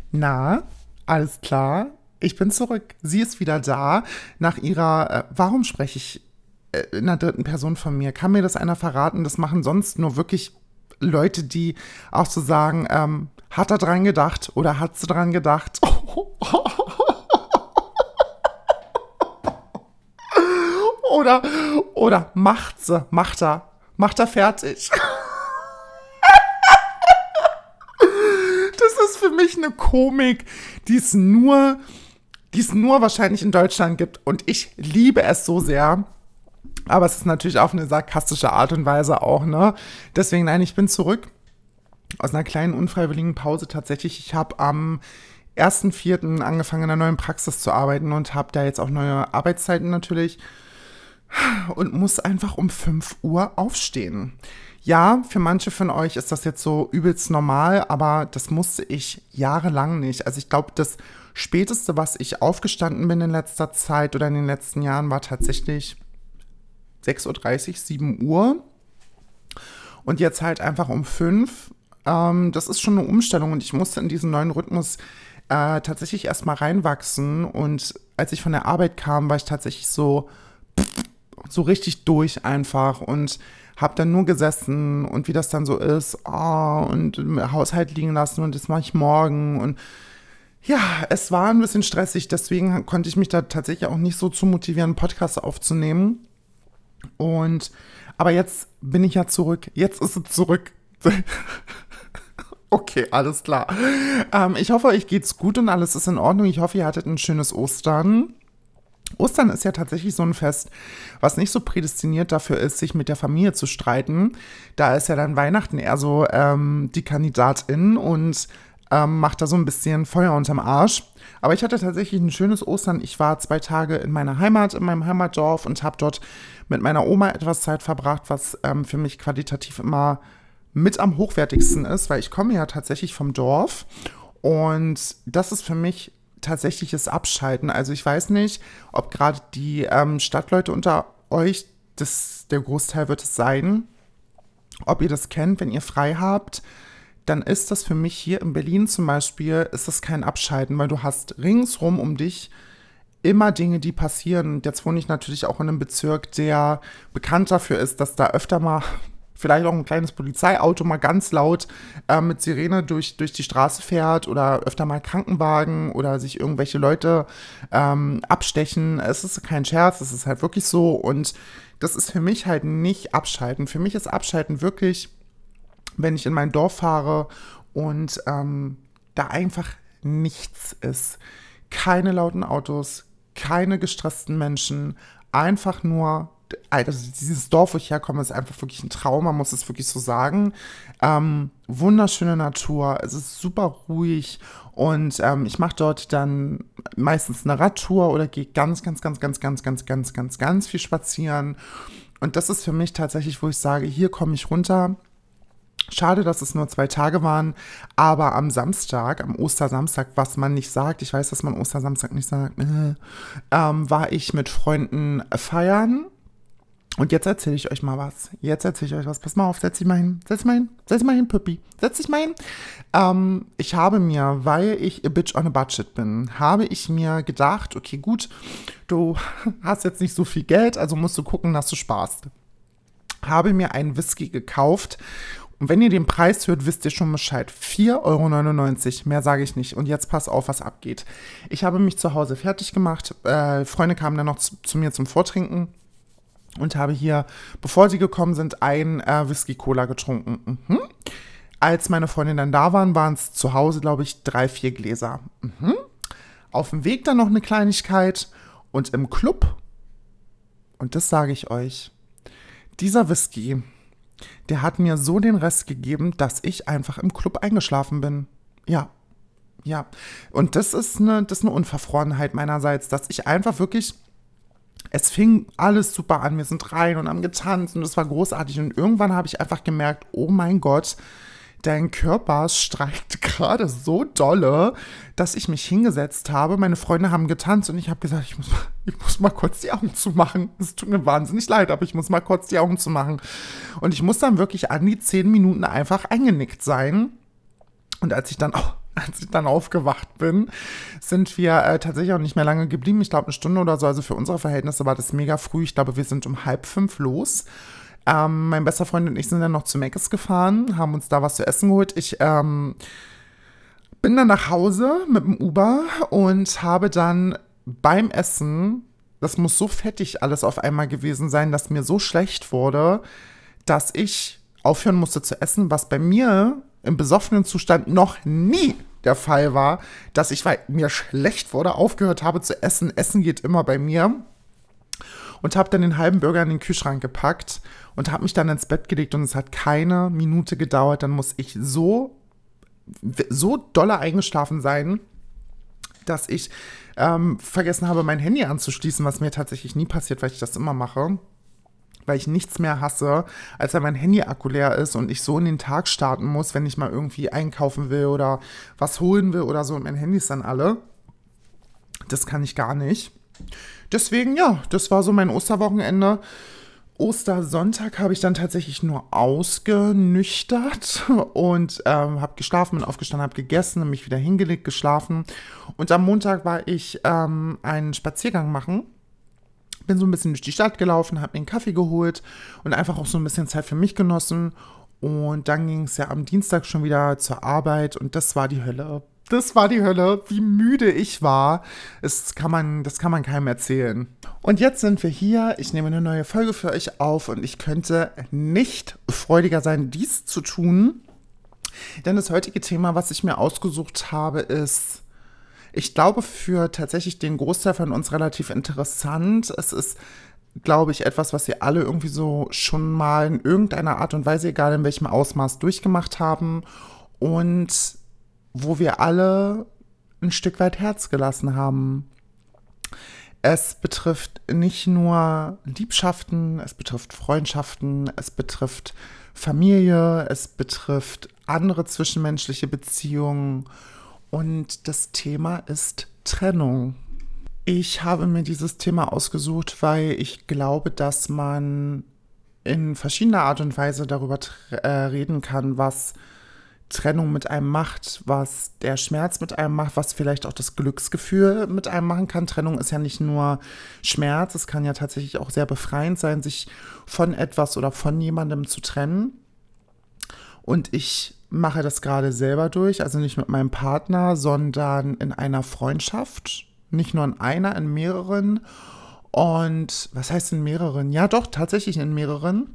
Na, alles klar. Ich bin zurück. Sie ist wieder da. Nach ihrer, warum spreche ich in der dritten Person von mir? Kann mir das einer verraten? Das machen sonst nur wirklich Leute, die auch so sagen, hat er dran gedacht oder hat sie dran gedacht? Oder, oder macht sie, macht er fertig. Das ist für mich eine Komik, die es nur wahrscheinlich in Deutschland gibt. Und ich liebe es so sehr. Aber es ist natürlich auf eine sarkastische Art und Weise auch, ne? Deswegen, nein, ich bin zurück aus einer kleinen unfreiwilligen Pause tatsächlich. Ich habe am 1.4. angefangen in einer neuen Praxis zu arbeiten und habe da jetzt auch neue Arbeitszeiten natürlich und muss einfach um 5 Uhr aufstehen. Ja, für manche von euch ist das jetzt so übelst normal, aber das musste ich jahrelang nicht. Also ich glaube, das Späteste, was ich aufgestanden bin in letzter Zeit oder in den letzten Jahren, war tatsächlich 6.30 Uhr, 7 Uhr. Und jetzt halt einfach um 5. Das ist schon eine Umstellung und ich musste in diesen neuen Rhythmus tatsächlich erstmal reinwachsen. Und als ich von der Arbeit kam, war ich tatsächlich so richtig durch einfach und habe dann nur gesessen und wie das dann so ist, und im Haushalt liegen lassen und das mache ich morgen und ja, es war ein bisschen stressig, deswegen konnte ich mich da tatsächlich auch nicht so zu motivieren, einen Podcast aufzunehmen. Aber jetzt bin ich ja zurück, jetzt ist es zurück. Okay, alles klar. Ich hoffe, euch geht's gut und alles ist in Ordnung. Ich hoffe, ihr hattet ein schönes Ostern. Ostern ist ja tatsächlich so ein Fest, was nicht so prädestiniert dafür ist, sich mit der Familie zu streiten. Da ist ja dann Weihnachten eher so die Kandidatin und macht da so ein bisschen Feuer unterm Arsch. Aber ich hatte tatsächlich ein schönes Ostern. Ich war 2 Tage in meiner Heimat, in meinem Heimatdorf und habe dort mit meiner Oma etwas Zeit verbracht, was für mich qualitativ immer mit am hochwertigsten ist, weil ich komme ja tatsächlich vom Dorf und das ist für mich tatsächliches Abschalten. Also ich weiß nicht, ob gerade die Stadtleute unter euch, der Großteil wird es sein, ob ihr das kennt, wenn ihr frei habt, dann ist das für mich hier in Berlin zum Beispiel, ist das kein Abschalten, weil du hast ringsrum um dich immer Dinge, die passieren. Und jetzt wohne ich natürlich auch in einem Bezirk, der bekannt dafür ist, dass da öfter mal vielleicht auch ein kleines Polizeiauto mal ganz laut mit Sirene durch die Straße fährt oder öfter mal Krankenwagen oder sich irgendwelche Leute abstechen. Es ist kein Scherz, es ist halt wirklich so und das ist für mich halt nicht Abschalten. Für mich ist Abschalten wirklich, wenn ich in mein Dorf fahre und da einfach nichts ist. Keine lauten Autos, keine gestressten Menschen, einfach nur, also dieses Dorf, wo ich herkomme, ist einfach wirklich ein Traum, man muss es wirklich so sagen. Wunderschöne Natur, es ist super ruhig und ich mache dort dann meistens eine Radtour oder gehe ganz, ganz, ganz, ganz, ganz, ganz, ganz, ganz, ganz viel spazieren. Und das ist für mich tatsächlich, wo ich sage, hier komme ich runter. Schade, dass es nur 2 Tage waren, aber am Samstag, am Ostersamstag, was man nicht sagt, ich weiß, dass man Ostersamstag nicht sagt, war ich mit Freunden feiern. Und jetzt erzähle ich euch mal was. Pass mal auf, setz dich mal hin. Setz dich mal hin, Püppi. Setz dich mal hin. Ich habe mir, weil ich a bitch on a budget bin, habe ich mir gedacht, okay, gut, du hast jetzt nicht so viel Geld, also musst du gucken, dass du sparst. Habe mir einen Whisky gekauft. Und wenn ihr den Preis hört, wisst ihr schon Bescheid. 4,99 €, mehr sage ich nicht. Und jetzt pass auf, was abgeht. Ich habe mich zu Hause fertig gemacht. Freunde kamen dann noch zu mir zum Vortrinken. Und habe hier, bevor sie gekommen sind, ein Whisky-Cola getrunken. Als meine Freundinnen dann da waren es zu Hause, glaube ich, 3, 4 Gläser. Auf dem Weg dann noch eine Kleinigkeit. Und im Club, und das sage ich euch, dieser Whisky, der hat mir so den Rest gegeben, dass ich einfach im Club eingeschlafen bin. Ja. Und das ist eine Unverfrorenheit meinerseits, dass ich einfach wirklich, es fing alles super an, wir sind rein und haben getanzt und es war großartig und irgendwann habe ich einfach gemerkt, oh mein Gott, dein Körper streikt gerade so dolle, dass ich mich hingesetzt habe. Meine Freunde haben getanzt und ich habe gesagt, ich muss mal kurz die Augen zumachen. Es tut mir wahnsinnig leid, aber ich muss mal kurz die Augen zumachen. Und ich muss dann wirklich an die 10 Minuten einfach eingenickt sein. Und als ich dann als ich dann aufgewacht bin, sind wir tatsächlich auch nicht mehr lange geblieben. Ich glaube, eine Stunde oder so. Also für unsere Verhältnisse war das mega früh. Ich glaube, wir sind um 4:30 los. Mein bester Freund und ich sind dann noch zu Mc's gefahren, haben uns da was zu essen geholt. Ich bin dann nach Hause mit dem Uber und habe dann beim Essen, das muss so fettig alles auf einmal gewesen sein, dass mir so schlecht wurde, dass ich aufhören musste zu essen, was bei mir im besoffenen Zustand noch nie der Fall war, dass ich, weil mir schlecht wurde, aufgehört habe zu essen. Essen geht immer bei mir. Und habe dann den halben Burger in den Kühlschrank gepackt und habe mich dann ins Bett gelegt und es hat keine Minute gedauert. Dann muss ich so dolle eingeschlafen sein, dass ich vergessen habe, mein Handy anzuschließen, was mir tatsächlich nie passiert, weil ich das immer mache. Weil ich nichts mehr hasse, als wenn mein Handy-Akku leer ist und ich so in den Tag starten muss, wenn ich mal irgendwie einkaufen will oder was holen will oder so und mein Handy ist dann alle. Das kann ich gar nicht. Deswegen, ja, das war so mein Osterwochenende. Ostersonntag habe ich dann tatsächlich nur ausgenüchtert und habe geschlafen, bin aufgestanden, habe gegessen, mich wieder hingelegt, geschlafen. Und am Montag war ich einen Spaziergang machen. Bin so ein bisschen durch die Stadt gelaufen, habe mir einen Kaffee geholt und einfach auch so ein bisschen Zeit für mich genossen. Und dann ging es ja am Dienstag schon wieder zur Arbeit und das war die Hölle. Das war die Hölle, wie müde ich war. Das kann man keinem erzählen. Und jetzt sind wir hier. Ich nehme eine neue Folge für euch auf und ich könnte nicht freudiger sein, dies zu tun. Denn das heutige Thema, was ich mir ausgesucht habe, ist, ich glaube, für tatsächlich den Großteil von uns relativ interessant. Es ist, glaube ich, etwas, was wir alle irgendwie so schon mal in irgendeiner Art und Weise, egal in welchem Ausmaß, durchgemacht haben. Und wo wir alle ein Stück weit Herz gelassen haben. Es betrifft nicht nur Liebschaften, es betrifft Freundschaften, es betrifft Familie, es betrifft andere zwischenmenschliche Beziehungen und das Thema ist Trennung. Ich habe mir dieses Thema ausgesucht, weil ich glaube, dass man in verschiedener Art und Weise darüber reden kann, was Trennung mit einem macht, was der Schmerz mit einem macht, was vielleicht auch das Glücksgefühl mit einem machen kann. Trennung ist ja nicht nur Schmerz, es kann ja tatsächlich auch sehr befreiend sein, sich von etwas oder von jemandem zu trennen. Und ich mache das gerade selber durch, also nicht mit meinem Partner, sondern in einer Freundschaft. Nicht nur in einer, in mehreren. Und was heißt in mehreren? Ja doch, tatsächlich in mehreren.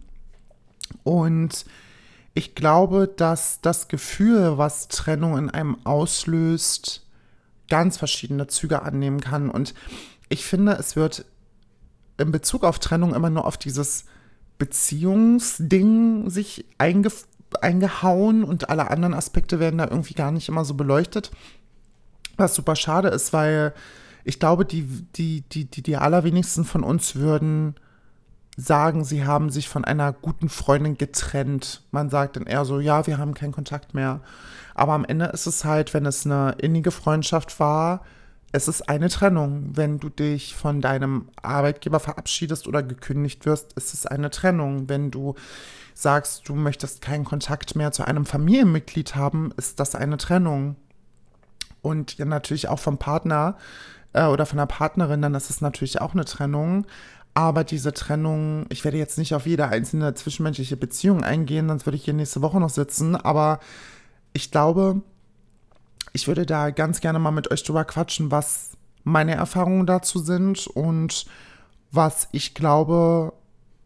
Und ich glaube, dass das Gefühl, was Trennung in einem auslöst, ganz verschiedene Züge annehmen kann. Und ich finde, es wird in Bezug auf Trennung immer nur auf dieses Beziehungsding sich eingehauen und alle anderen Aspekte werden da irgendwie gar nicht immer so beleuchtet. Was super schade ist, weil ich glaube, die allerwenigsten von uns würden sagen, sie haben sich von einer guten Freundin getrennt. Man sagt dann eher so, ja, wir haben keinen Kontakt mehr. Aber am Ende ist es halt, wenn es eine innige Freundschaft war, es ist eine Trennung. Wenn du dich von deinem Arbeitgeber verabschiedest oder gekündigt wirst, ist es eine Trennung. Wenn du sagst, du möchtest keinen Kontakt mehr zu einem Familienmitglied haben, ist das eine Trennung. Und ja, natürlich auch vom Partner oder von der Partnerin, dann ist es natürlich auch eine Trennung. Aber diese Trennung, ich werde jetzt nicht auf jede einzelne zwischenmenschliche Beziehung eingehen, sonst würde ich hier nächste Woche noch sitzen. Aber ich glaube, ich würde da ganz gerne mal mit euch drüber quatschen, was meine Erfahrungen dazu sind und was ich glaube,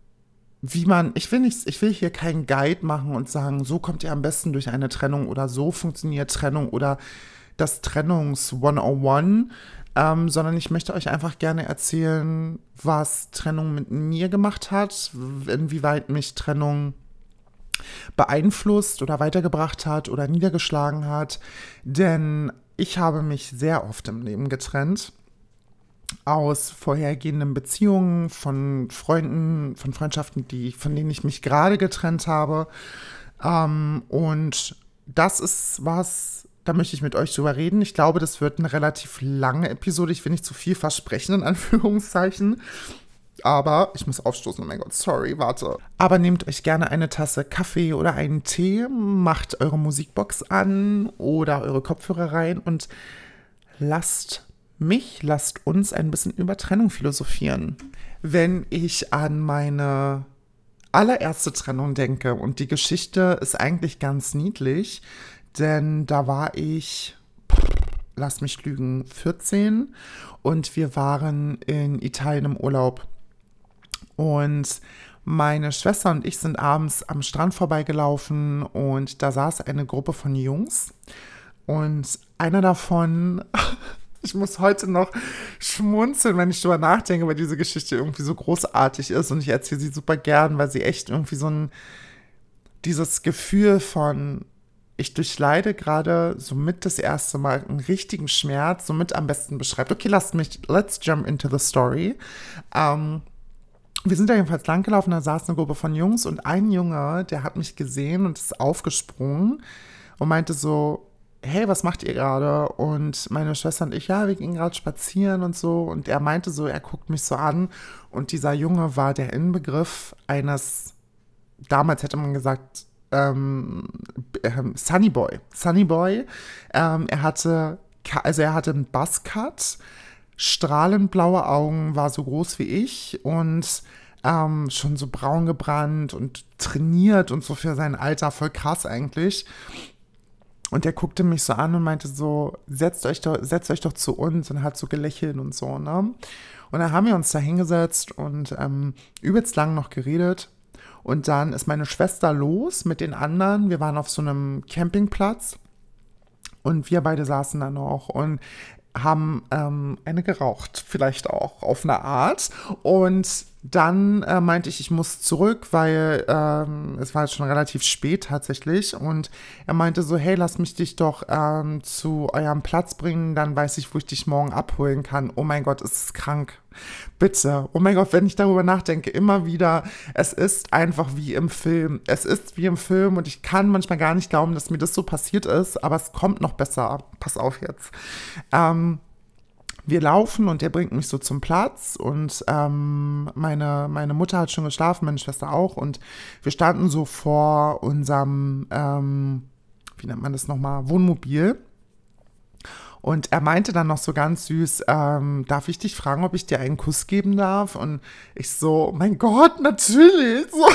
ich will hier keinen Guide machen und sagen, so kommt ihr am besten durch eine Trennung oder so funktioniert Trennung oder das Trennungs-101, sondern ich möchte euch einfach gerne erzählen, was Trennung mit mir gemacht hat, inwieweit mich Trennung beeinflusst oder weitergebracht hat oder niedergeschlagen hat. Denn ich habe mich sehr oft im Leben getrennt. Aus vorhergehenden Beziehungen, von Freunden, von Freundschaften, von denen ich mich gerade getrennt habe. Und das ist was, da möchte ich mit euch drüber reden. Ich glaube, das wird eine relativ lange Episode. Ich will nicht zu viel versprechen, in Anführungszeichen. Aber ich muss aufstoßen, oh mein Gott, sorry, warte. Aber nehmt euch gerne eine Tasse Kaffee oder einen Tee, macht eure Musikbox an oder eure Kopfhörer rein und lasst uns ein bisschen über Trennung philosophieren. Wenn ich an meine allererste Trennung denke, und die Geschichte ist eigentlich ganz niedlich, denn da war ich, lass mich lügen, 14 und wir waren in Italien im Urlaub. Und meine Schwester und ich sind abends am Strand vorbeigelaufen und da saß eine Gruppe von Jungs und einer davon, ich muss heute noch schmunzeln, wenn ich drüber nachdenke, weil diese Geschichte irgendwie so großartig ist und ich erzähle sie super gern, weil sie echt irgendwie dieses Gefühl von, ich durchleide gerade somit das erste Mal einen richtigen Schmerz, somit am besten beschreibt. Okay, let's jump into the story. Wir sind da jedenfalls langgelaufen, da saß eine Gruppe von Jungs und ein Junge, der hat mich gesehen und ist aufgesprungen und meinte so, hey, was macht ihr gerade? Und meine Schwester und ich, ja, wir gingen gerade spazieren und so. Und er meinte so, er guckt mich so an und dieser Junge war der Inbegriff eines, damals hätte man gesagt, Sunny Boy. Sunny Boy, er hatte einen Buzzcut, strahlend blaue Augen, war so groß wie ich und schon so braun gebrannt und trainiert und so für sein Alter, voll krass eigentlich. Und der guckte mich so an und meinte so, setzt euch doch zu uns und hat so gelächelt und so, ne? Und dann haben wir uns da hingesetzt und übelst lang noch geredet. Und dann ist meine Schwester los mit den anderen. Wir waren auf so einem Campingplatz und wir beide saßen da noch und haben eine geraucht, vielleicht auch auf eine Art. Und dann meinte ich muss zurück, weil es war jetzt schon relativ spät tatsächlich. Und er meinte so, hey, lass mich dich doch zu eurem Platz bringen, dann weiß ich, wo ich dich morgen abholen kann. Oh mein Gott, ist es krank. Bitte. Oh mein Gott, wenn ich darüber nachdenke, immer wieder, es ist einfach wie im Film. Es ist wie im Film und ich kann manchmal gar nicht glauben, dass mir das so passiert ist, aber es kommt noch besser. Pass auf jetzt. Wir laufen und der bringt mich so zum Platz und meine Mutter hat schon geschlafen, meine Schwester auch und wir standen so vor unserem, wie nennt man das nochmal, Wohnmobil. Und er meinte dann noch so ganz süß, darf ich dich fragen, ob ich dir einen Kuss geben darf? Und ich so, mein Gott, natürlich. So,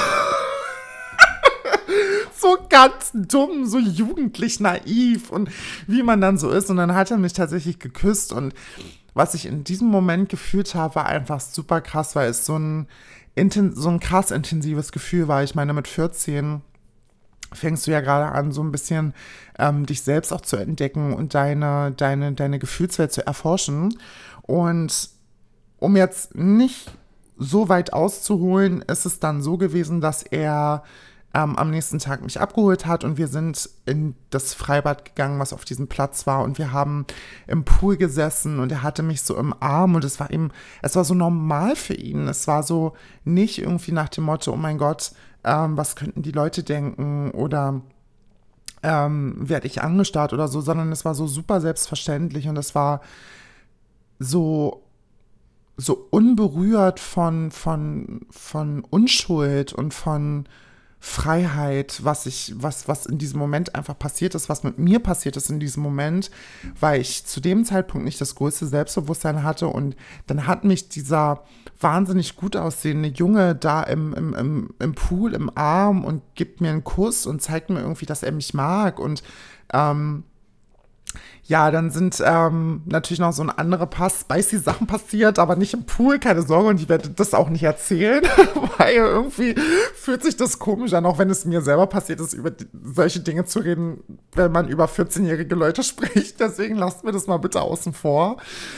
so ganz dumm, so jugendlich naiv und wie man dann so ist. Und dann hat er mich tatsächlich geküsst. Und was ich in diesem Moment gefühlt habe, war einfach super krass, weil es so ein krass intensives Gefühl war. Ich meine, mit 14 fängst du ja gerade an, so ein bisschen dich selbst auch zu entdecken und deine Gefühlswelt zu erforschen. Und um jetzt nicht so weit auszuholen, ist es dann so gewesen, dass er am nächsten Tag mich abgeholt hat und wir sind in das Freibad gegangen, was auf diesem Platz war und wir haben im Pool gesessen und er hatte mich so im Arm und es war so normal für ihn. Es war so nicht irgendwie nach dem Motto, oh mein Gott, was könnten die Leute denken oder werde ich angestarrt oder so, sondern es war so super selbstverständlich und es war so unberührt von Unschuld und von Freiheit, was in diesem Moment einfach passiert ist, was mit mir passiert ist in diesem Moment, weil ich zu dem Zeitpunkt nicht das größte Selbstbewusstsein hatte und dann hat mich dieser wahnsinnig gut aussehende Junge da im Pool, im Arm und gibt mir einen Kuss und zeigt mir irgendwie, dass er mich mag und ja, dann sind natürlich noch so ein andere paar spicy Sachen passiert, aber nicht im Pool, keine Sorge, und ich werde das auch nicht erzählen, weil irgendwie fühlt sich das komisch an, auch wenn es mir selber passiert ist, über solche Dinge zu reden, wenn man über 14-jährige Leute spricht. Deswegen lasst mir das mal bitte außen vor.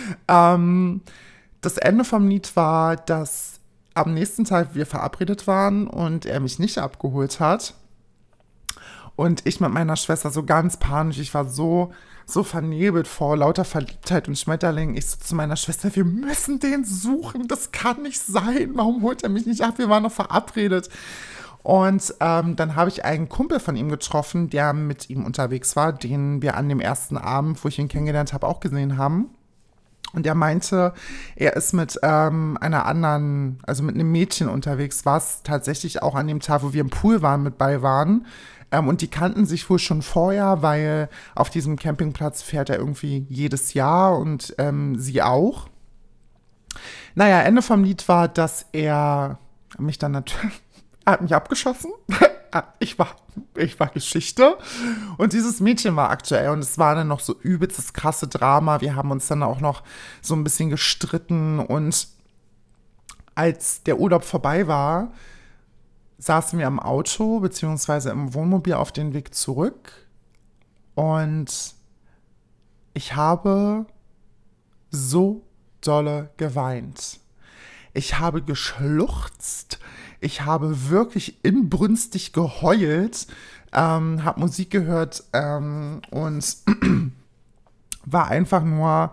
Das Ende vom Lied war, dass am nächsten Tag wir verabredet waren und er mich nicht abgeholt hat. Und ich mit meiner Schwester so ganz panisch, ich war so vernebelt vor lauter Verliebtheit und Schmetterling. Ich so zu meiner Schwester, wir müssen den suchen, das kann nicht sein. Warum holt er mich nicht ab? Wir waren noch verabredet. Und dann habe ich einen Kumpel von ihm getroffen, der mit ihm unterwegs war, den wir an dem ersten Abend, wo ich ihn kennengelernt habe, auch gesehen haben. Und er meinte, er ist mit einer anderen, also mit einem Mädchen unterwegs, was tatsächlich auch an dem Tag, wo wir im Pool waren, mit bei waren. Und die kannten sich wohl schon vorher, weil auf diesem Campingplatz fährt er irgendwie jedes Jahr und sie auch. Naja, Ende vom Lied war, dass er mich dann natürlich, er hat mich abgeschossen. Ich war Geschichte. Und dieses Mädchen war aktuell. Und es war dann noch so übelstes krasse Drama. Wir haben uns dann auch noch so ein bisschen gestritten. Und als der Urlaub vorbei war, saßen wir im Auto beziehungsweise im Wohnmobil auf den Weg zurück. Und ich habe so dolle geweint. Ich habe geschluchzt. Ich habe wirklich inbrünstig geheult, habe Musik gehört und war einfach nur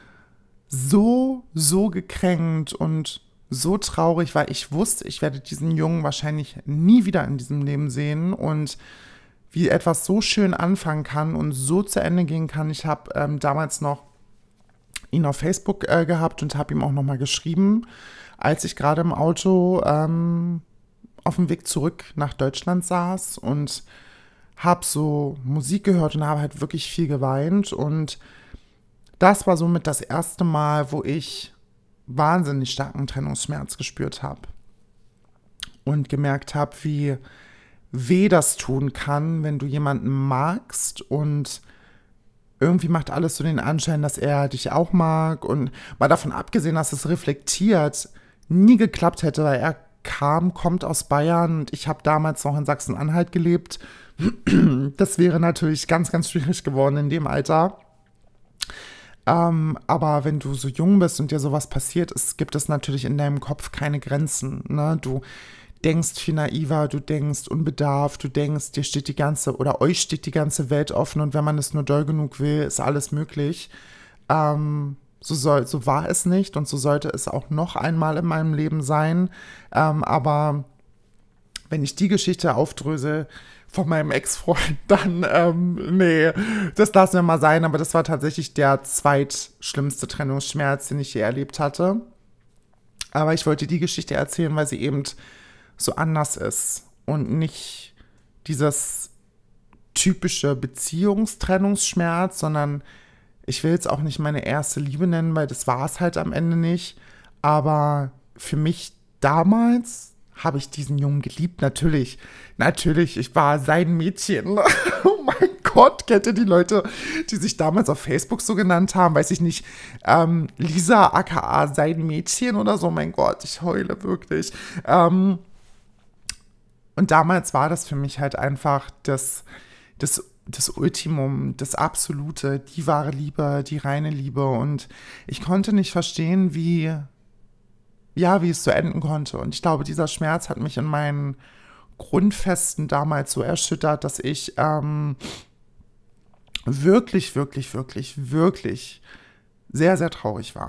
so gekränkt und so traurig, weil ich wusste, ich werde diesen Jungen wahrscheinlich nie wieder in diesem Leben sehen und wie etwas so schön anfangen kann und so zu Ende gehen kann. Ich habe damals noch ihn auf Facebook gehabt und habe ihm auch nochmal geschrieben, als ich gerade im Auto auf dem Weg zurück nach Deutschland saß und habe so Musik gehört und habe halt wirklich viel geweint. Und das war somit das erste Mal, wo ich wahnsinnig starken Trennungsschmerz gespürt habe und gemerkt habe, wie weh das tun kann, wenn du jemanden magst und irgendwie macht alles so den Anschein, dass er dich auch mag. Und mal davon abgesehen, dass es reflektiert nie geklappt hätte, weil er kommt aus Bayern und ich habe damals noch in Sachsen-Anhalt gelebt. Das wäre natürlich ganz, ganz schwierig geworden in dem Alter. Aber wenn du so jung bist und dir sowas passiert ist, gibt es natürlich in deinem Kopf keine Grenzen. Ne? Du denkst viel naiver, du denkst unbedarft, du denkst, dir steht euch steht die ganze Welt offen und wenn man es nur doll genug will, ist alles möglich. So war es nicht und so sollte es auch noch einmal in meinem Leben sein. Aber wenn ich die Geschichte aufdröse von meinem Ex-Freund, dann, nee, das lassen wir mal sein. Aber das war tatsächlich der zweitschlimmste Trennungsschmerz, den ich je erlebt hatte. Aber ich wollte die Geschichte erzählen, weil sie eben so anders ist und nicht dieses typische Beziehungstrennungsschmerz, sondern ich will jetzt auch nicht meine erste Liebe nennen, weil das war es halt am Ende nicht. Aber für mich damals habe ich diesen Jungen geliebt. Natürlich, ich war sein Mädchen. Oh mein Gott, kennt ihr die Leute, die sich damals auf Facebook so genannt haben? Weiß ich nicht, Lisa aka sein Mädchen oder so. Mein Gott, ich heule wirklich. Und damals war das für mich halt einfach das Ultimum, das Absolute, die wahre Liebe, die reine Liebe. Und ich konnte nicht verstehen, wie es so enden konnte. Und ich glaube, dieser Schmerz hat mich in meinen Grundfesten damals so erschüttert, dass ich wirklich sehr, sehr traurig war.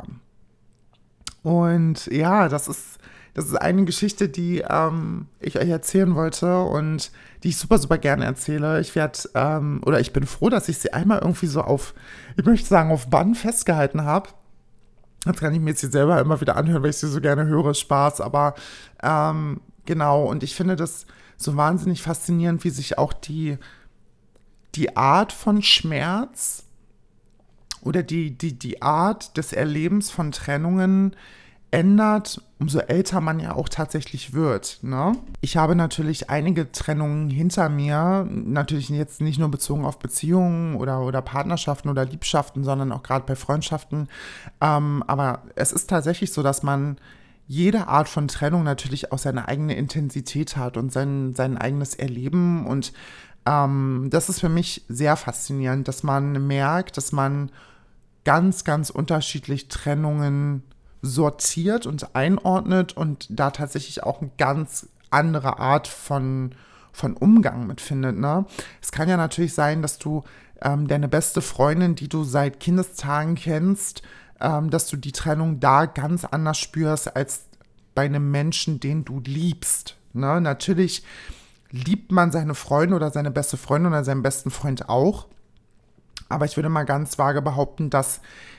Und ja, das ist eine Geschichte, die ich euch erzählen wollte und die ich super, super gerne erzähle. Ich bin froh, dass ich sie einmal irgendwie so auf Band festgehalten habe. Das kann ich mir jetzt hier selber immer wieder anhören, weil ich sie so gerne höre, Spaß. Aber genau, und ich finde das so wahnsinnig faszinierend, wie sich auch die Art von Schmerz oder die Art des Erlebens von Trennungen ändert, umso älter man ja auch tatsächlich wird. Ne? Ich habe natürlich einige Trennungen hinter mir, natürlich jetzt nicht nur bezogen auf Beziehungen oder Partnerschaften oder Liebschaften, sondern auch gerade bei Freundschaften. Aber es ist tatsächlich so, dass man jede Art von Trennung natürlich auch seine eigene Intensität hat und sein eigenes Erleben. Und das ist für mich sehr faszinierend, dass man merkt, dass man ganz, ganz unterschiedlich Trennungen sortiert und einordnet und da tatsächlich auch eine ganz andere Art von Umgang mit findet. Ne? Es kann ja natürlich sein, dass du deine beste Freundin, die du seit Kindestagen kennst, dass du die Trennung da ganz anders spürst als bei einem Menschen, den du liebst. Ne? Natürlich liebt man seine Freunde oder seine beste Freundin oder seinen besten Freund auch, aber ich würde mal ganz vage behaupten, dass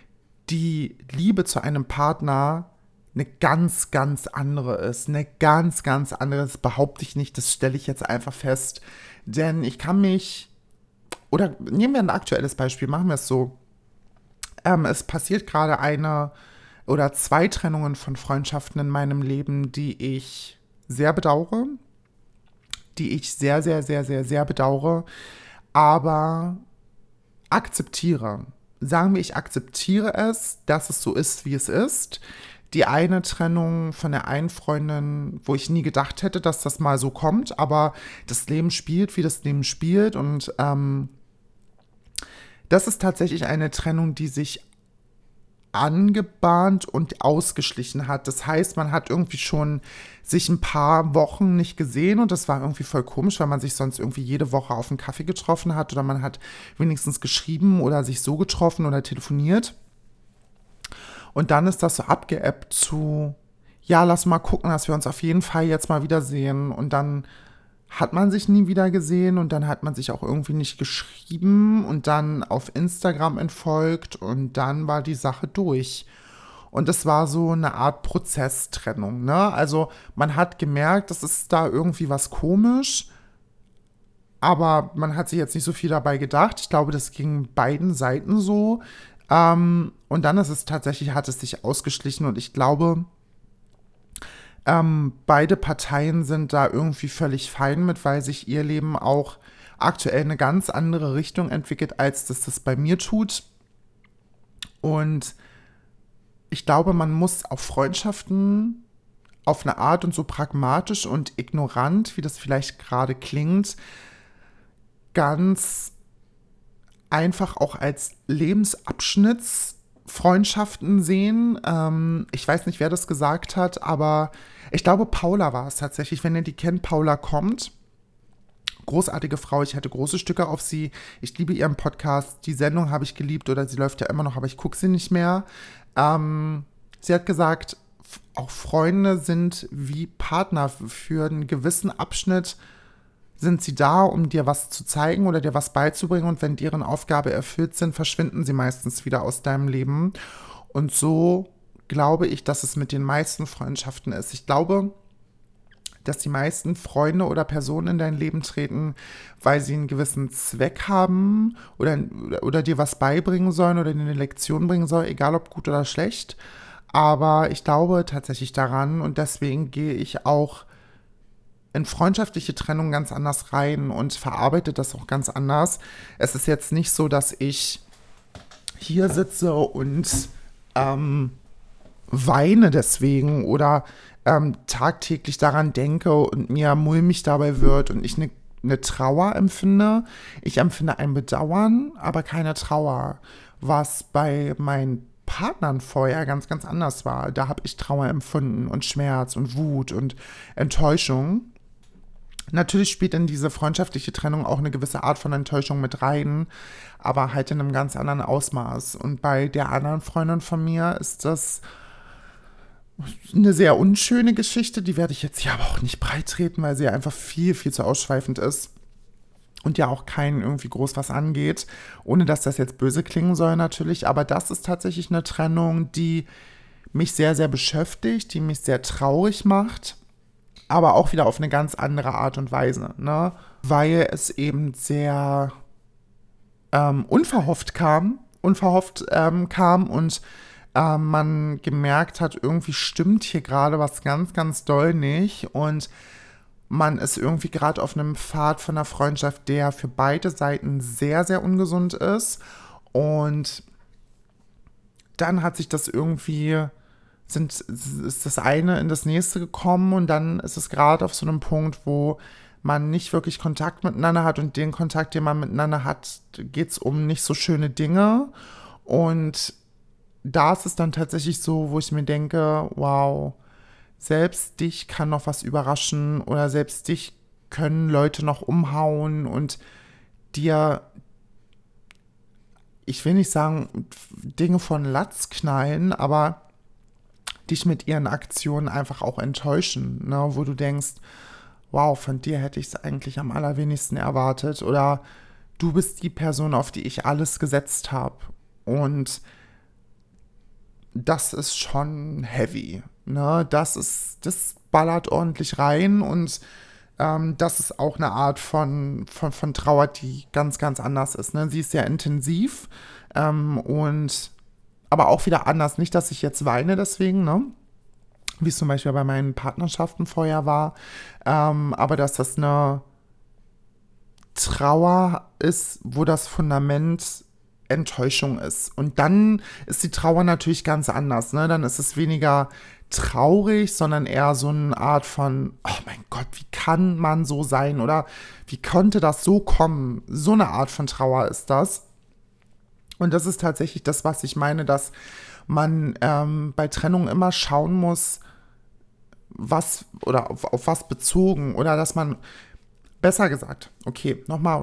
die Liebe zu einem Partner eine ganz, ganz andere ist. Eine ganz, ganz andere, das behaupte ich nicht, das stelle ich jetzt einfach fest. Denn ich kann mich, oder nehmen wir ein aktuelles Beispiel, machen wir es so. Es passiert gerade eine oder zwei Trennungen von Freundschaften in meinem Leben, die ich sehr bedauere, die ich sehr, sehr, sehr, sehr, sehr bedauere, aber akzeptiere. Sagen wir, ich akzeptiere es, dass es so ist, wie es ist. Die eine Trennung von der einen Freundin, wo ich nie gedacht hätte, dass das mal so kommt, aber das Leben spielt, wie das Leben spielt. Und das ist tatsächlich eine Trennung, die sich angebahnt und ausgeschlichen hat. Das heißt, man hat irgendwie schon sich ein paar Wochen nicht gesehen und das war irgendwie voll komisch, weil man sich sonst irgendwie jede Woche auf einen Kaffee getroffen hat oder man hat wenigstens geschrieben oder sich so getroffen oder telefoniert. Und dann ist das so abgeebbt zu, ja, lass mal gucken, dass wir uns auf jeden Fall jetzt mal wiedersehen. Und dann hat man sich nie wieder gesehen und dann hat man sich auch irgendwie nicht geschrieben und dann auf Instagram entfolgt und dann war die Sache durch. Und es war so eine Art Prozesstrennung, ne? Also man hat gemerkt, es ist da irgendwie was komisch, aber man hat sich jetzt nicht so viel dabei gedacht. Ich glaube, das ging beiden Seiten so. Und dann ist es tatsächlich, hat es sich ausgeschlichen und ich glaube, beide Parteien sind da irgendwie völlig fein mit, weil sich ihr Leben auch aktuell eine ganz andere Richtung entwickelt, als das bei mir tut. Und ich glaube, man muss auf Freundschaften auf eine Art und so pragmatisch und ignorant, wie das vielleicht gerade klingt, ganz einfach auch als Lebensabschnittsfreundschaften sehen. Ich weiß nicht, wer das gesagt hat, aber ich glaube, Paula war es tatsächlich. Wenn ihr die kennt, Paula kommt. Großartige Frau, ich hatte große Stücke auf sie. Ich liebe ihren Podcast. Die Sendung habe ich geliebt oder sie läuft ja immer noch, aber ich gucke sie nicht mehr. Sie hat gesagt, auch Freunde sind wie Partner für einen gewissen Abschnitt sind sie da, um dir was zu zeigen oder dir was beizubringen und wenn deren Aufgabe erfüllt sind, verschwinden sie meistens wieder aus deinem Leben. Und so glaube ich, dass es mit den meisten Freundschaften ist. Ich glaube, dass die meisten Freunde oder Personen in dein Leben treten, weil sie einen gewissen Zweck haben oder dir was beibringen sollen oder dir eine Lektion bringen sollen, egal ob gut oder schlecht. Aber ich glaube tatsächlich daran und deswegen gehe ich auch in freundschaftliche Trennung ganz anders rein und verarbeite das auch ganz anders. Es ist jetzt nicht so, dass ich hier sitze und weine deswegen oder tagtäglich daran denke und mir mulmig dabei wird und ich eine Trauer empfinde. Ich empfinde ein Bedauern, aber keine Trauer, was bei meinen Partnern vorher ganz, ganz anders war. Da habe ich Trauer empfunden und Schmerz und Wut und Enttäuschung. Natürlich spielt in diese freundschaftliche Trennung auch eine gewisse Art von Enttäuschung mit rein, aber halt in einem ganz anderen Ausmaß. Und bei der anderen Freundin von mir ist das eine sehr unschöne Geschichte, die werde ich jetzt hier aber auch nicht breitreten, weil sie einfach viel, viel zu ausschweifend ist und ja auch keinen irgendwie groß was angeht, ohne dass das jetzt böse klingen soll natürlich, aber das ist tatsächlich eine Trennung, die mich sehr, sehr beschäftigt, die mich sehr traurig macht, aber auch wieder auf eine ganz andere Art und Weise, ne? Weil es eben sehr unverhofft kam und man gemerkt hat, irgendwie stimmt hier gerade was ganz, ganz doll nicht und man ist irgendwie gerade auf einem Pfad von einer Freundschaft, der für beide Seiten sehr, sehr ungesund ist und dann hat sich das irgendwie ist das eine in das nächste gekommen und dann ist es gerade auf so einem Punkt, wo man nicht wirklich Kontakt miteinander hat und den Kontakt, den man miteinander hat, geht es um nicht so schöne Dinge und da ist es dann tatsächlich so, wo ich mir denke, wow, selbst dich kann noch was überraschen oder selbst dich können Leute noch umhauen und dir, ich will nicht sagen, Dinge von Latz knallen, aber dich mit ihren Aktionen einfach auch enttäuschen, ne? Wo du denkst, wow, von dir hätte ich es eigentlich am allerwenigsten erwartet oder du bist die Person, auf die ich alles gesetzt habe und das ist schon heavy. Ne? Das ballert ordentlich rein und das ist auch eine Art von Trauer, die ganz, ganz anders ist. Ne? Sie ist sehr intensiv und aber auch wieder anders. Nicht, dass ich jetzt weine deswegen, ne? Wie es zum Beispiel bei meinen Partnerschaften vorher war, aber dass das eine Trauer ist, wo das Fundament Enttäuschung ist. Und dann ist die Trauer natürlich ganz anders. Ne? Dann ist es weniger traurig, sondern eher so eine Art von, oh mein Gott, wie kann man so sein? Oder wie konnte das so kommen? So eine Art von Trauer ist das. Und das ist tatsächlich das, was ich meine, dass man bei Trennung immer schauen muss, was oder auf was bezogen oder dass man besser gesagt, okay, nochmal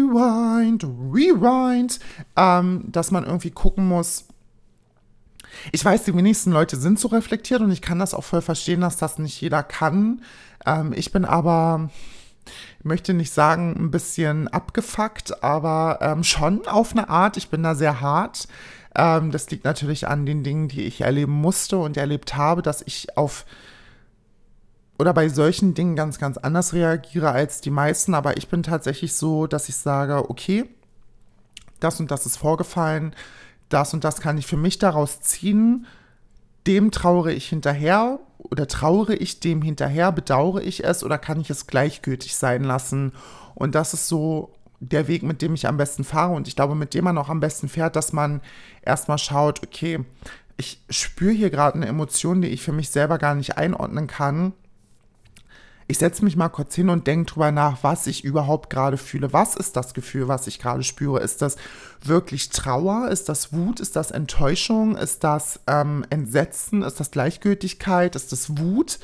rewind, dass man irgendwie gucken muss. Ich weiß, die wenigsten Leute sind so reflektiert und ich kann das auch voll verstehen, dass das nicht jeder kann. Ich bin aber, ich möchte nicht sagen, ein bisschen abgefuckt, aber schon auf eine Art. Ich bin da sehr hart. Das liegt natürlich an den Dingen, die ich erleben musste und erlebt habe, dass ich oder bei solchen Dingen ganz, ganz anders reagiere als die meisten, aber ich bin tatsächlich so, dass ich sage, okay, das und das ist vorgefallen, das und das kann ich für mich daraus ziehen, dem trauere ich hinterher oder trauere ich dem hinterher, bedauere ich es oder kann ich es gleichgültig sein lassen? Und das ist so der Weg, mit dem ich am besten fahre und ich glaube, mit dem man auch am besten fährt, dass man erstmal schaut, okay, ich spüre hier gerade eine Emotion, die ich für mich selber gar nicht einordnen kann. Ich setze mich mal kurz hin und denke drüber nach, was ich überhaupt gerade fühle. Was ist das Gefühl, was ich gerade spüre? Ist das wirklich Trauer? Ist das Wut? Ist das Enttäuschung? Ist das Entsetzen? Ist das Gleichgültigkeit? Ist das Wut?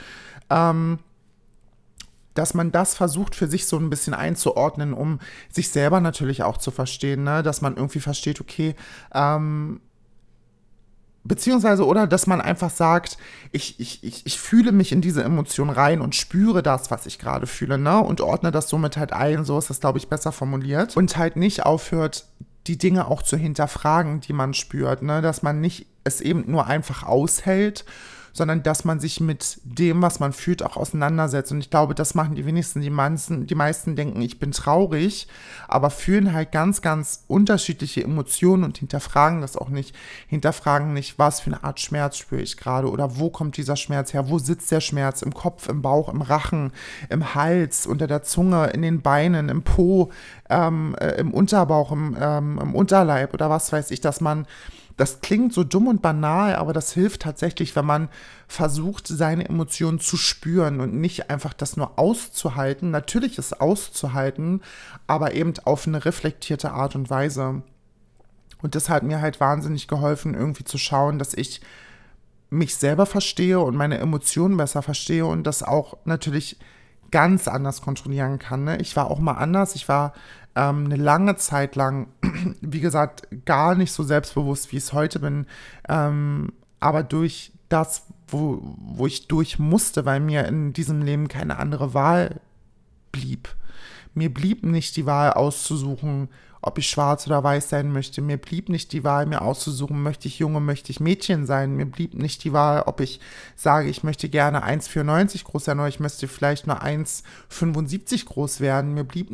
Dass man das versucht für sich so ein bisschen einzuordnen, um sich selber natürlich auch zu verstehen, ne? Dass man irgendwie versteht, okay, beziehungsweise, oder dass man einfach sagt, ich fühle mich in diese Emotion rein und spüre das, was ich gerade fühle, ne? Und ordne das somit halt ein, so ist das, glaube ich, besser formuliert. Und halt nicht aufhört, die Dinge auch zu hinterfragen, die man spürt, ne? Dass man nicht es eben nur einfach aushält, sondern dass man sich mit dem, was man fühlt, auch auseinandersetzt. Und ich glaube, das machen die wenigsten. Die meisten denken, ich bin traurig, aber fühlen halt ganz, ganz unterschiedliche Emotionen und hinterfragen das auch nicht. Hinterfragen nicht, was für eine Art Schmerz spüre ich gerade oder wo kommt dieser Schmerz her, wo sitzt der Schmerz, im Kopf, im Bauch, im Rachen, im Hals, unter der Zunge, in den Beinen, im Po, im Unterbauch, im Unterleib oder was weiß ich, dass man. Das klingt so dumm und banal, aber das hilft tatsächlich, wenn man versucht, seine Emotionen zu spüren und nicht einfach das nur auszuhalten. Natürlich ist auszuhalten, aber eben auf eine reflektierte Art und Weise. Und das hat mir halt wahnsinnig geholfen, irgendwie zu schauen, dass ich mich selber verstehe und meine Emotionen besser verstehe und das auch natürlich ganz anders kontrollieren kann. Ne? Ich war auch mal anders. Ich war eine lange Zeit lang, wie gesagt, gar nicht so selbstbewusst, wie ich es heute bin. Aber durch das, wo ich durch musste, weil mir in diesem Leben keine andere Wahl blieb. Mir blieb nicht die Wahl auszusuchen, ob ich schwarz oder weiß sein möchte. Mir blieb nicht die Wahl, mir auszusuchen, möchte ich Junge, möchte ich Mädchen sein. Mir blieb nicht die Wahl, ob ich sage, ich möchte gerne 1,94 groß sein oder ich möchte vielleicht nur 1,75 groß werden. Mir blieb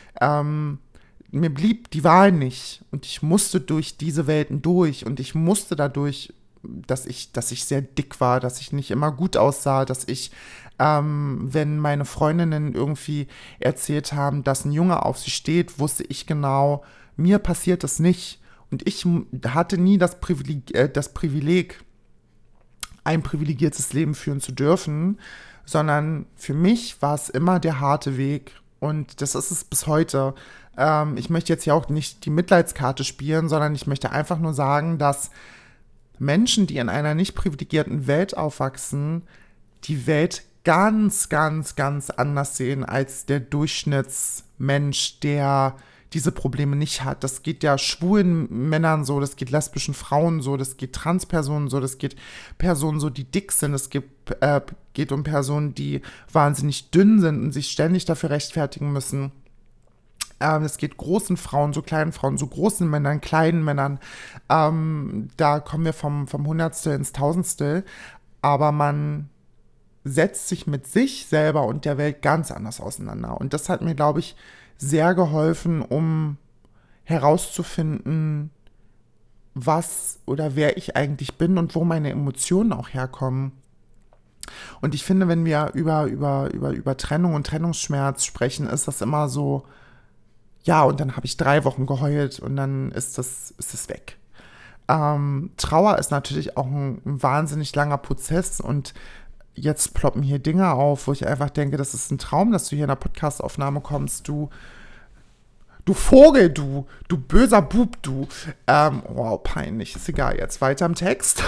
die Wahl nicht. Und ich musste durch diese Welten durch. Und ich musste dadurch, dass ich sehr dick war, dass ich nicht immer gut aussah, dass ich wenn meine Freundinnen irgendwie erzählt haben, dass ein Junge auf sie steht, wusste ich genau, mir passiert das nicht. Und ich hatte nie das Privileg, ein privilegiertes Leben führen zu dürfen, sondern für mich war es immer der harte Weg. Und das ist es bis heute. Ich möchte jetzt ja auch nicht die Mitleidskarte spielen, sondern ich möchte einfach nur sagen, dass Menschen, die in einer nicht privilegierten Welt aufwachsen, die Welt ganz, ganz, ganz anders sehen als der Durchschnittsmensch, der diese Probleme nicht hat. Das geht ja schwulen Männern so, das geht lesbischen Frauen so, das geht Transpersonen so, das geht Personen so, die dick sind, es geht um Personen, die wahnsinnig dünn sind und sich ständig dafür rechtfertigen müssen. Es geht großen Frauen, so kleinen Frauen, so großen Männern, kleinen Männern. Da kommen wir vom Hundertstel ins Tausendstel. Aber man setzt sich mit sich selber und der Welt ganz anders auseinander. Und das hat mir, glaube ich, sehr geholfen, um herauszufinden, was oder wer ich eigentlich bin und wo meine Emotionen auch herkommen. Und ich finde, wenn wir über Trennung und Trennungsschmerz sprechen, ist das immer so, ja, und dann habe ich 3 Wochen geheult und dann ist das weg. Trauer ist natürlich auch ein wahnsinnig langer Prozess und jetzt ploppen hier Dinge auf, wo ich einfach denke, das ist ein Traum, dass du hier in einer Podcast-Aufnahme kommst, du Vogel, du böser Bub, du. Wow, peinlich, ist egal, jetzt weiter im Text.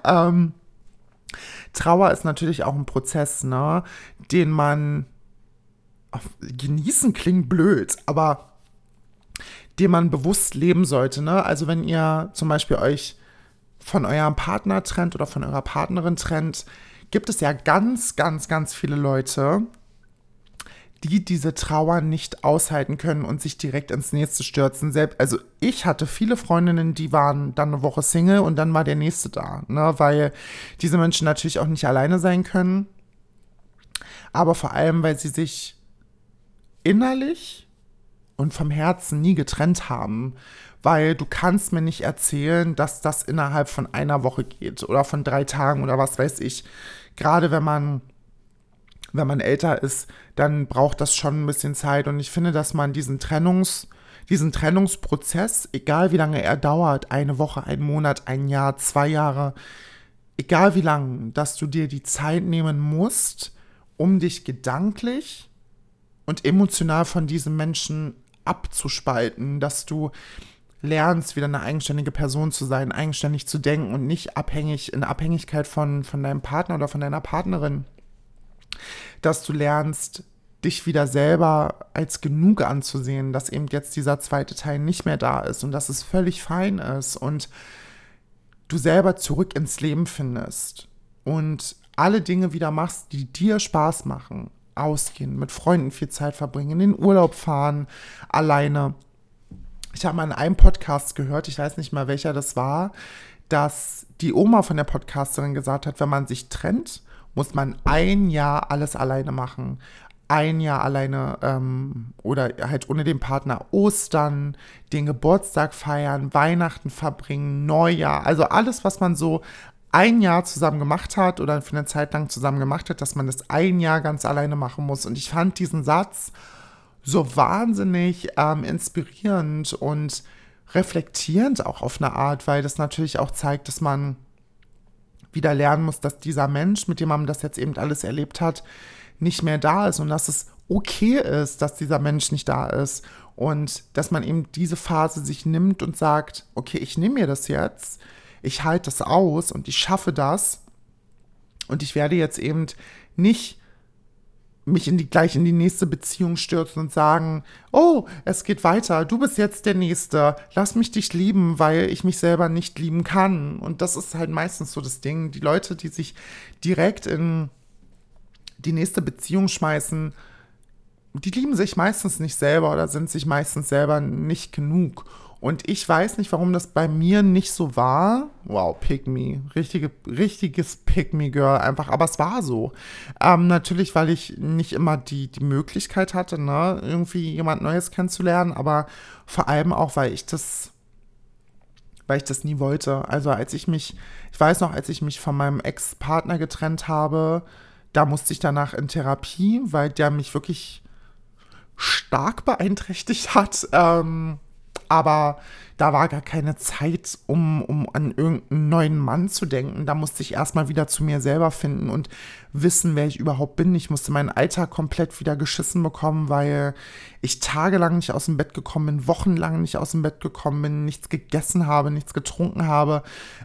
Trauer ist natürlich auch ein Prozess, ne, den man, genießen klingt blöd, aber den man bewusst leben sollte, ne? Also wenn ihr zum Beispiel euch von eurem Partner trennt oder von eurer Partnerin trennt, gibt es ja ganz, ganz, ganz viele Leute, die diese Trauer nicht aushalten können und sich direkt ins Nächste stürzen. Also ich hatte viele Freundinnen, die waren dann eine Woche Single und dann war der Nächste da, ne? Weil diese Menschen natürlich auch nicht alleine sein können, aber vor allem, weil sie sich innerlich und vom Herzen nie getrennt haben, weil du kannst mir nicht erzählen, dass das innerhalb von einer Woche geht oder von 3 Tagen oder was weiß ich. Gerade wenn man älter ist, dann braucht das schon ein bisschen Zeit und ich finde, dass man diesen Trennungsprozess, egal wie lange er dauert, 1 Woche, 1 Monat, 1 Jahr, 2 Jahre, egal wie lang, dass du dir die Zeit nehmen musst, um dich gedanklich und emotional von diesem Menschen abzuspalten, dass du lernst, wieder eine eigenständige Person zu sein, eigenständig zu denken und nicht in Abhängigkeit von deinem Partner oder von deiner Partnerin. Dass du lernst, dich wieder selber als genug anzusehen, dass eben jetzt dieser zweite Teil nicht mehr da ist und dass es völlig fein ist und du selber zurück ins Leben findest und alle Dinge wieder machst, die dir Spaß machen. Ausgehen, mit Freunden viel Zeit verbringen, in den Urlaub fahren, alleine. Ich habe mal in einem Podcast gehört, ich weiß nicht mal welcher das war, dass die Oma von der Podcasterin gesagt hat, wenn man sich trennt, muss man 1 Jahr alles alleine machen. 1 Jahr alleine oder halt ohne den Partner Ostern, den Geburtstag feiern, Weihnachten verbringen, Neujahr. Also alles, was man so 1 Jahr zusammen gemacht hat oder für eine Zeit lang zusammen gemacht hat, dass man das 1 Jahr ganz alleine machen muss. Und ich fand diesen Satz so wahnsinnig inspirierend und reflektierend auch auf eine Art, weil das natürlich auch zeigt, dass man wieder lernen muss, dass dieser Mensch, mit dem man das jetzt eben alles erlebt hat, nicht mehr da ist und dass es okay ist, dass dieser Mensch nicht da ist und dass man eben diese Phase sich nimmt und sagt, okay, ich nehme mir das jetzt, ich halte das aus und ich schaffe das und ich werde jetzt eben nicht mich gleich in die nächste Beziehung stürzen und sagen, oh, es geht weiter, du bist jetzt der Nächste, lass mich dich lieben, weil ich mich selber nicht lieben kann. Und das ist halt meistens so das Ding. Die Leute, die sich direkt in die nächste Beziehung schmeißen, die lieben sich meistens nicht selber oder sind sich meistens selber nicht genug. Und ich weiß nicht, warum das bei mir nicht so war. Wow, Pick Me. Richtiges Pick Me Girl einfach. Aber es war so. Natürlich, weil ich nicht immer die Möglichkeit hatte, ne, irgendwie jemand Neues kennenzulernen. Aber vor allem auch, weil ich das nie wollte. Also ich weiß noch, als ich mich von meinem Ex-Partner getrennt habe, da musste ich danach in Therapie, weil der mich wirklich stark beeinträchtigt hat. Aber da war gar keine Zeit, um an irgendeinen neuen Mann zu denken. Da musste ich erstmal wieder zu mir selber finden und wissen, wer ich überhaupt bin. Ich musste meinen Alltag komplett wieder geschissen bekommen, weil ich tagelang nicht aus dem Bett gekommen bin, wochenlang nicht aus dem Bett gekommen bin, nichts gegessen habe, nichts getrunken habe.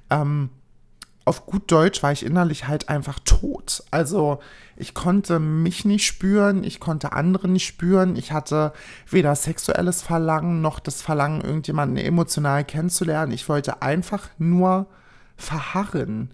Auf gut Deutsch war ich innerlich halt einfach tot. Also ich konnte mich nicht spüren, ich konnte andere nicht spüren. Ich hatte weder sexuelles Verlangen noch das Verlangen, irgendjemanden emotional kennenzulernen. Ich wollte einfach nur verharren.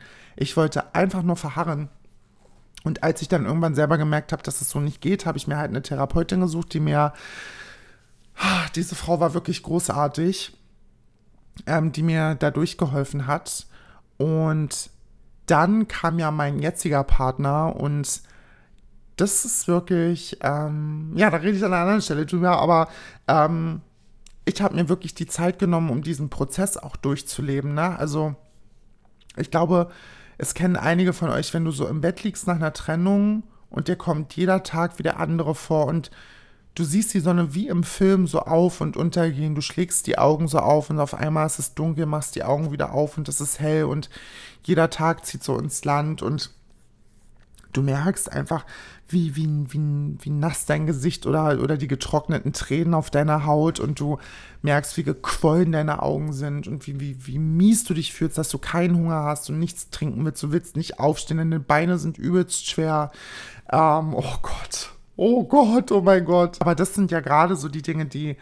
Und als ich dann irgendwann selber gemerkt habe, dass es so nicht geht, habe ich mir halt eine Therapeutin gesucht, die mir Diese Frau war wirklich großartig, die mir da durchgeholfen hat. Und dann kam ja mein jetziger Partner und das ist wirklich, ja, da rede ich an einer anderen Stelle drüber, aber ich habe mir wirklich die Zeit genommen, um diesen Prozess auch durchzuleben, ne? Also ich glaube, es kennen einige von euch, wenn du so im Bett liegst nach einer Trennung und dir kommt jeder Tag wie der andere vor und du siehst die Sonne wie im Film so auf und untergehen, du schlägst die Augen so auf und auf einmal ist es dunkel, machst die Augen wieder auf und es ist hell und jeder Tag zieht so ins Land und du merkst einfach, wie nass dein Gesicht oder die getrockneten Tränen auf deiner Haut und du merkst, wie gequollen deine Augen sind und wie mies du dich fühlst, dass du keinen Hunger hast und nichts trinken willst, du willst nicht aufstehen, deine Beine sind übelst schwer. Oh Gott, oh Gott, oh mein Gott. Aber das sind ja gerade so die Dinge, die,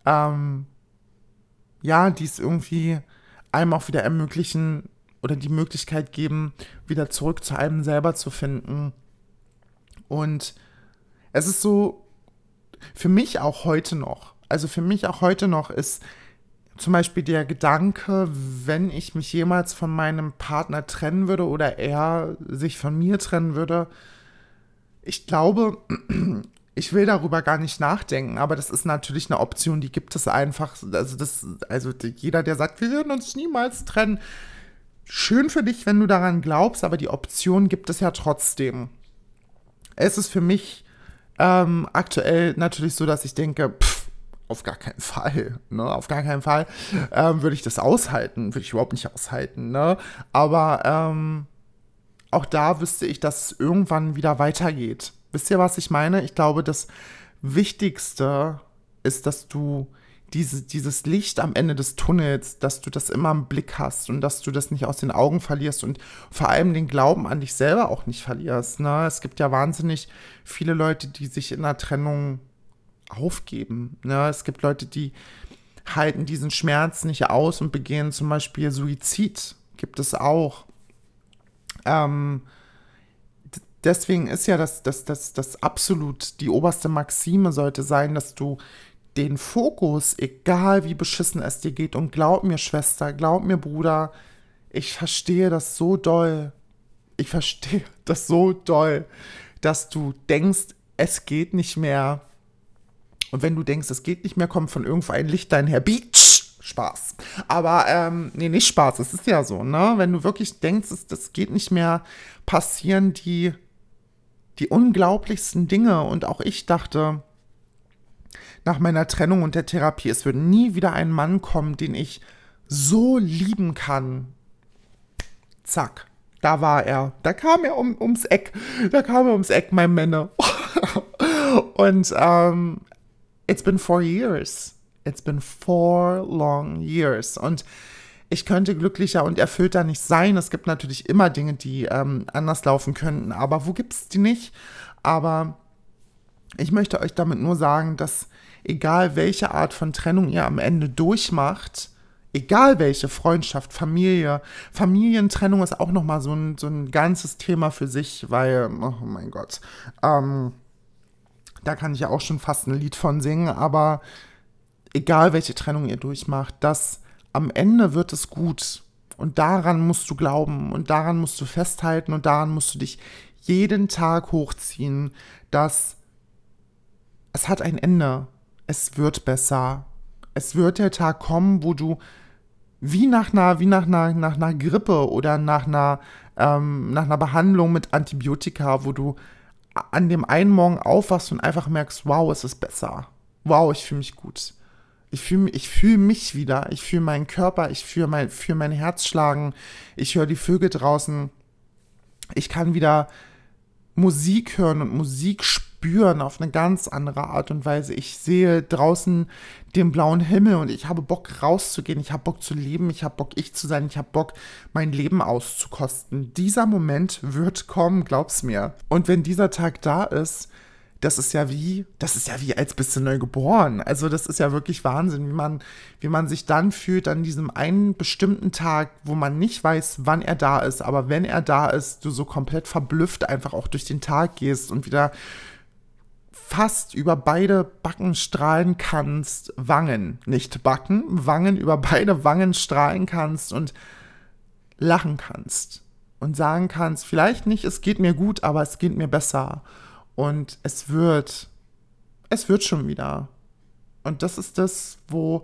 ja, die es irgendwie einem auch wieder ermöglichen oder die Möglichkeit geben, wieder zurück zu einem selber zu finden. Und es ist so, für mich auch heute noch, also für mich auch heute noch ist zum Beispiel der Gedanke, wenn ich mich jemals von meinem Partner trennen würde oder er sich von mir trennen würde, ich glaube, ich will darüber gar nicht nachdenken, aber das ist natürlich eine Option, die gibt es einfach. Also jeder, der sagt, wir würden uns niemals trennen, schön für dich, wenn du daran glaubst, aber die Option gibt es ja trotzdem. Es ist für mich aktuell natürlich so, dass ich denke, auf gar keinen Fall, ne? Auf gar keinen Fall würde ich das aushalten, würde ich überhaupt nicht aushalten, ne? Aber auch da wüsste ich, dass es irgendwann wieder weitergeht. Wisst ihr, was ich meine? Ich glaube, das Wichtigste ist, dass du dieses Licht am Ende des Tunnels, dass du das immer im Blick hast und dass du das nicht aus den Augen verlierst und vor allem den Glauben an dich selber auch nicht verlierst. Ne? Es gibt ja wahnsinnig viele Leute, die sich in einer Trennung aufgeben. Ne? Es gibt Leute, die halten diesen Schmerz nicht aus und begehen zum Beispiel Suizid. Gibt es auch. Deswegen ist ja das absolut die oberste Maxime sollte sein, dass du den Fokus, egal wie beschissen es dir geht, und glaub mir, Schwester, glaub mir, Bruder, ich verstehe das so doll. Ich verstehe das so doll, dass du denkst, es geht nicht mehr. Und wenn du denkst, es geht nicht mehr, kommt von irgendwo ein Lichtlein her. Beach! Spaß. Aber, nee, nicht Spaß, es ist ja so, ne? Wenn du wirklich denkst, das geht nicht mehr, passieren die unglaublichsten Dinge. Und auch ich dachte, nach meiner Trennung und der Therapie, es wird nie wieder ein Mann kommen, den ich so lieben kann. Zack, da war er. Da kam er ums Eck. Da kam er ums Eck, mein Männer. Und it's been 4 years. It's been 4 long years. Und ich könnte glücklicher und erfüllter nicht sein. Es gibt natürlich immer Dinge, die anders laufen könnten. Aber wo gibt es die nicht? Aber ich möchte euch damit nur sagen, dass egal welche Art von Trennung ihr am Ende durchmacht, egal welche Freundschaft, Familie, Familientrennung ist auch nochmal so ein ganzes Thema für sich, weil, oh mein Gott, da kann ich ja auch schon fast ein Lied von singen, aber egal welche Trennung ihr durchmacht, dass am Ende wird es gut und daran musst du glauben und daran musst du festhalten und daran musst du dich jeden Tag hochziehen, dass es hat ein Ende. Es wird besser. Es wird der Tag kommen, wo du wie nach einer Grippe oder nach einer Behandlung mit Antibiotika, wo du an dem einen Morgen aufwachst und einfach merkst, wow, es ist besser. Wow, ich fühle mich gut. Ich fühle mich wieder. Ich fühle meinen Körper. Ich fühle mein Herz schlagen. Ich höre die Vögel draußen. Ich kann wieder Musik hören und Musik spüren auf eine ganz andere Art und Weise. Ich sehe draußen den blauen Himmel und ich habe Bock rauszugehen, ich habe Bock zu leben, ich habe Bock ich zu sein, ich habe Bock mein Leben auszukosten. Dieser Moment wird kommen, glaub's mir. Und wenn dieser Tag da ist, das ist ja wie, als bist du neu geboren. Also das ist ja wirklich Wahnsinn, wie man sich dann fühlt an diesem einen bestimmten Tag, wo man nicht weiß, wann er da ist. Aber wenn er da ist, du so komplett verblüfft einfach auch durch den Tag gehst und wieder fast über beide Backen strahlen kannst, Wangen, nicht Backen, Wangen, über beide Wangen strahlen kannst und lachen kannst und sagen kannst, vielleicht nicht, es geht mir gut, aber es geht mir besser und es wird schon wieder. Und das ist das, wo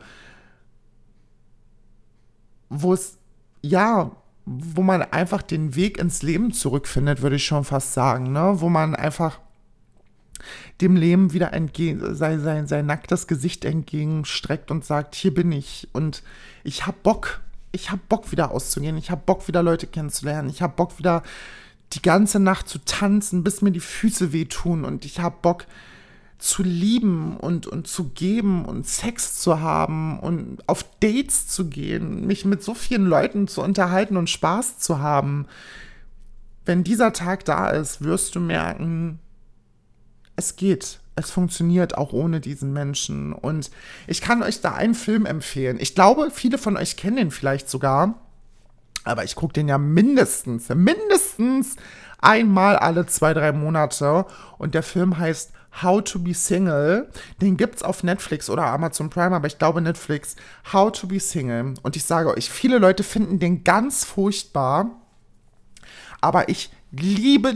man einfach den Weg ins Leben zurückfindet, würde ich schon fast sagen, ne? Wo man einfach dem Leben wieder sein nacktes Gesicht entgegenstreckt und sagt, hier bin ich und ich hab Bock wieder auszugehen, ich hab Bock wieder Leute kennenzulernen, ich hab Bock wieder die ganze Nacht zu tanzen, bis mir die Füße wehtun und ich hab Bock zu lieben und zu geben und Sex zu haben und auf Dates zu gehen, mich mit so vielen Leuten zu unterhalten und Spaß zu haben. Wenn dieser Tag da ist, wirst du merken, es geht, es funktioniert auch ohne diesen Menschen. Und ich kann euch da einen Film empfehlen. Ich glaube, viele von euch kennen den vielleicht sogar, aber ich gucke den ja mindestens einmal alle 2-3 Monate. Und der Film heißt How to be Single. Den gibt's auf Netflix oder Amazon Prime, aber ich glaube Netflix. How to be Single. Und ich sage euch, viele Leute finden den ganz furchtbar, aber ich liebe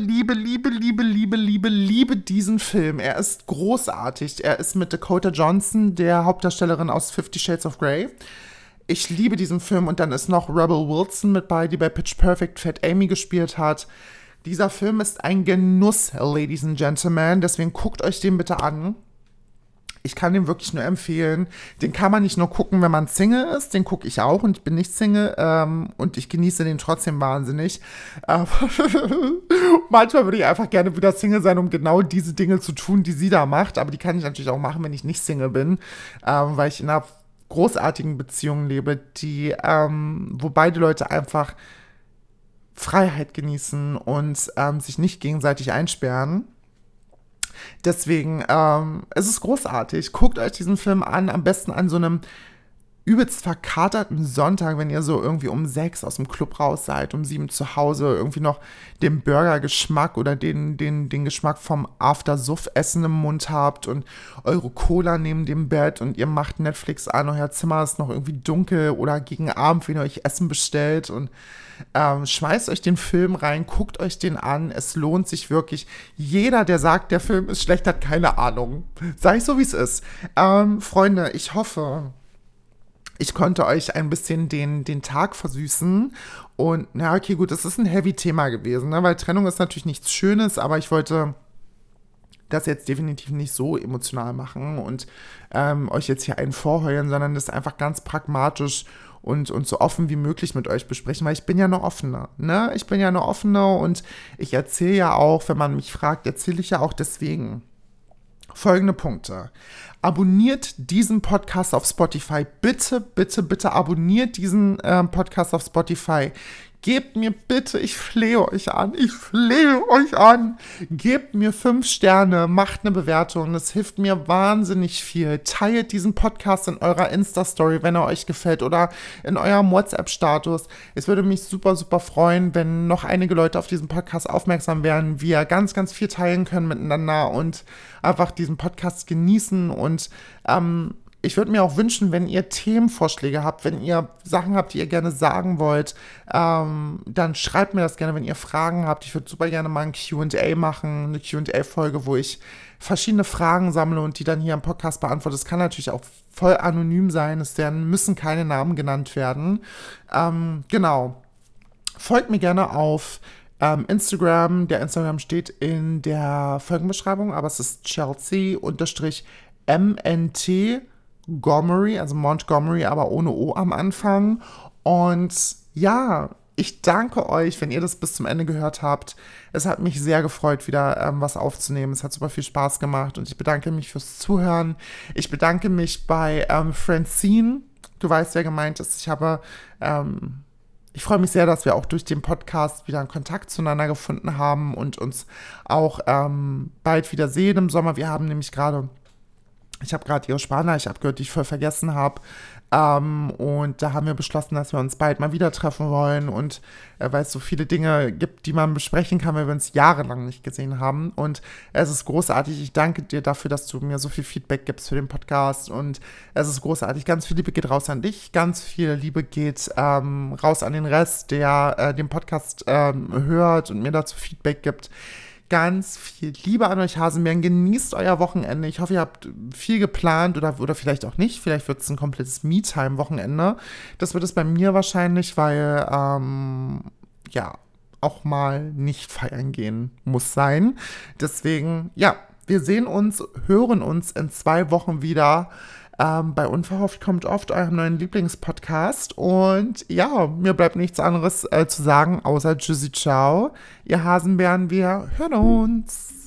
diesen Film. Er ist großartig. Er ist mit Dakota Johnson, der Hauptdarstellerin aus 50 Shades of Grey. Ich liebe diesen Film und dann ist noch Rebel Wilson mit bei, die bei Pitch Perfect Fat Amy gespielt hat. Dieser Film ist ein Genuss, Ladies and Gentlemen, deswegen guckt euch den bitte an. Ich kann den wirklich nur empfehlen. Den kann man nicht nur gucken, wenn man Single ist, den gucke ich auch und ich bin nicht Single und ich genieße den trotzdem wahnsinnig. Manchmal würde ich einfach gerne wieder Single sein, um genau diese Dinge zu tun, die sie da macht, aber die kann ich natürlich auch machen, wenn ich nicht Single bin, weil ich in einer großartigen Beziehung lebe, wo beide Leute einfach Freiheit genießen und sich nicht gegenseitig einsperren. Deswegen, es ist großartig. Guckt euch diesen Film an, am besten an so einem übelst verkaterten Sonntag, wenn ihr so irgendwie um 6 aus dem Club raus seid, um 7 zu Hause, irgendwie noch den Burger-Geschmack oder den Geschmack vom After-Suff-Essen im Mund habt und eure Cola neben dem Bett und ihr macht Netflix an, euer Zimmer ist noch irgendwie dunkel oder gegen Abend, wenn ihr euch Essen bestellt und schmeißt euch den Film rein, guckt euch den an, es lohnt sich wirklich. Jeder, der sagt, der Film ist schlecht, hat keine Ahnung. Sag ich so, wie es ist. Freunde, ich hoffe, ich konnte euch ein bisschen den Tag versüßen. Und, na, okay, gut, das ist ein Heavy-Thema gewesen, ne? Weil Trennung ist natürlich nichts Schönes, aber ich wollte das jetzt definitiv nicht so emotional machen und euch jetzt hier einen vorheulen, sondern das einfach ganz pragmatisch und so offen wie möglich mit euch besprechen, weil ich bin ja eine Offene, ne? Ich bin ja eine Offene und ich erzähle ja auch, wenn man mich fragt, erzähle ich ja auch deswegen. Folgende Punkte. Abonniert diesen Podcast auf Spotify. Bitte, bitte, bitte abonniert diesen Podcast auf Spotify. Gebt mir bitte, ich flehe euch an, gebt mir 5 Sterne, macht eine Bewertung, das hilft mir wahnsinnig viel. Teilt diesen Podcast in eurer Insta-Story, wenn er euch gefällt oder in eurem WhatsApp-Status. Es würde mich super, super freuen, wenn noch einige Leute auf diesen Podcast aufmerksam wären, wir ganz, ganz viel teilen können miteinander und einfach diesen Podcast genießen und ich würde mir auch wünschen, wenn ihr Themenvorschläge habt, wenn ihr Sachen habt, die ihr gerne sagen wollt, dann schreibt mir das gerne, wenn ihr Fragen habt. Ich würde super gerne mal ein Q&A machen, eine Q&A-Folge, wo ich verschiedene Fragen sammle und die dann hier im Podcast beantworte. Das kann natürlich auch voll anonym sein, müssen keine Namen genannt werden. Genau. Folgt mir gerne auf Instagram. Der Instagram steht in der Folgenbeschreibung, aber es ist Chelsea_MNT Montgomery, also Montgomery, aber ohne O am Anfang. Und ja, ich danke euch, wenn ihr das bis zum Ende gehört habt. Es hat mich sehr gefreut, wieder was aufzunehmen. Es hat super viel Spaß gemacht und ich bedanke mich fürs Zuhören. Ich bedanke mich bei Francine. Du weißt, wer gemeint ist. Ich freue mich sehr, dass wir auch durch den Podcast wieder einen Kontakt zueinander gefunden haben und uns auch bald wieder sehen im Sommer. Ich habe gerade ihre Sprachnachricht abgehört, die ich voll vergessen habe. Und da haben wir beschlossen, dass wir uns bald mal wieder treffen wollen und weil es so viele Dinge gibt, die man besprechen kann, weil wir uns jahrelang nicht gesehen haben. Und es ist großartig. Ich danke dir dafür, dass du mir so viel Feedback gibst für den Podcast. Und es ist großartig. Ganz viel Liebe geht raus an dich. Ganz viel Liebe geht raus an den Rest, der den Podcast hört und mir dazu Feedback gibt. Ganz viel Liebe an euch Hasenbären. Genießt euer Wochenende. Ich hoffe, ihr habt viel geplant oder vielleicht auch nicht. Vielleicht wird es ein komplettes Me-Time-Wochenende. Das wird es bei mir wahrscheinlich, weil, auch mal nicht feiern gehen muss sein. Deswegen, wir sehen uns, hören uns in 2 Wochen wieder. Bei Unverhofft kommt oft, eurem neuen Lieblingspodcast. Und ja, mir bleibt nichts anderes zu sagen, außer Tschüssi, ciao. Ihr Hasenbären, wir hören uns.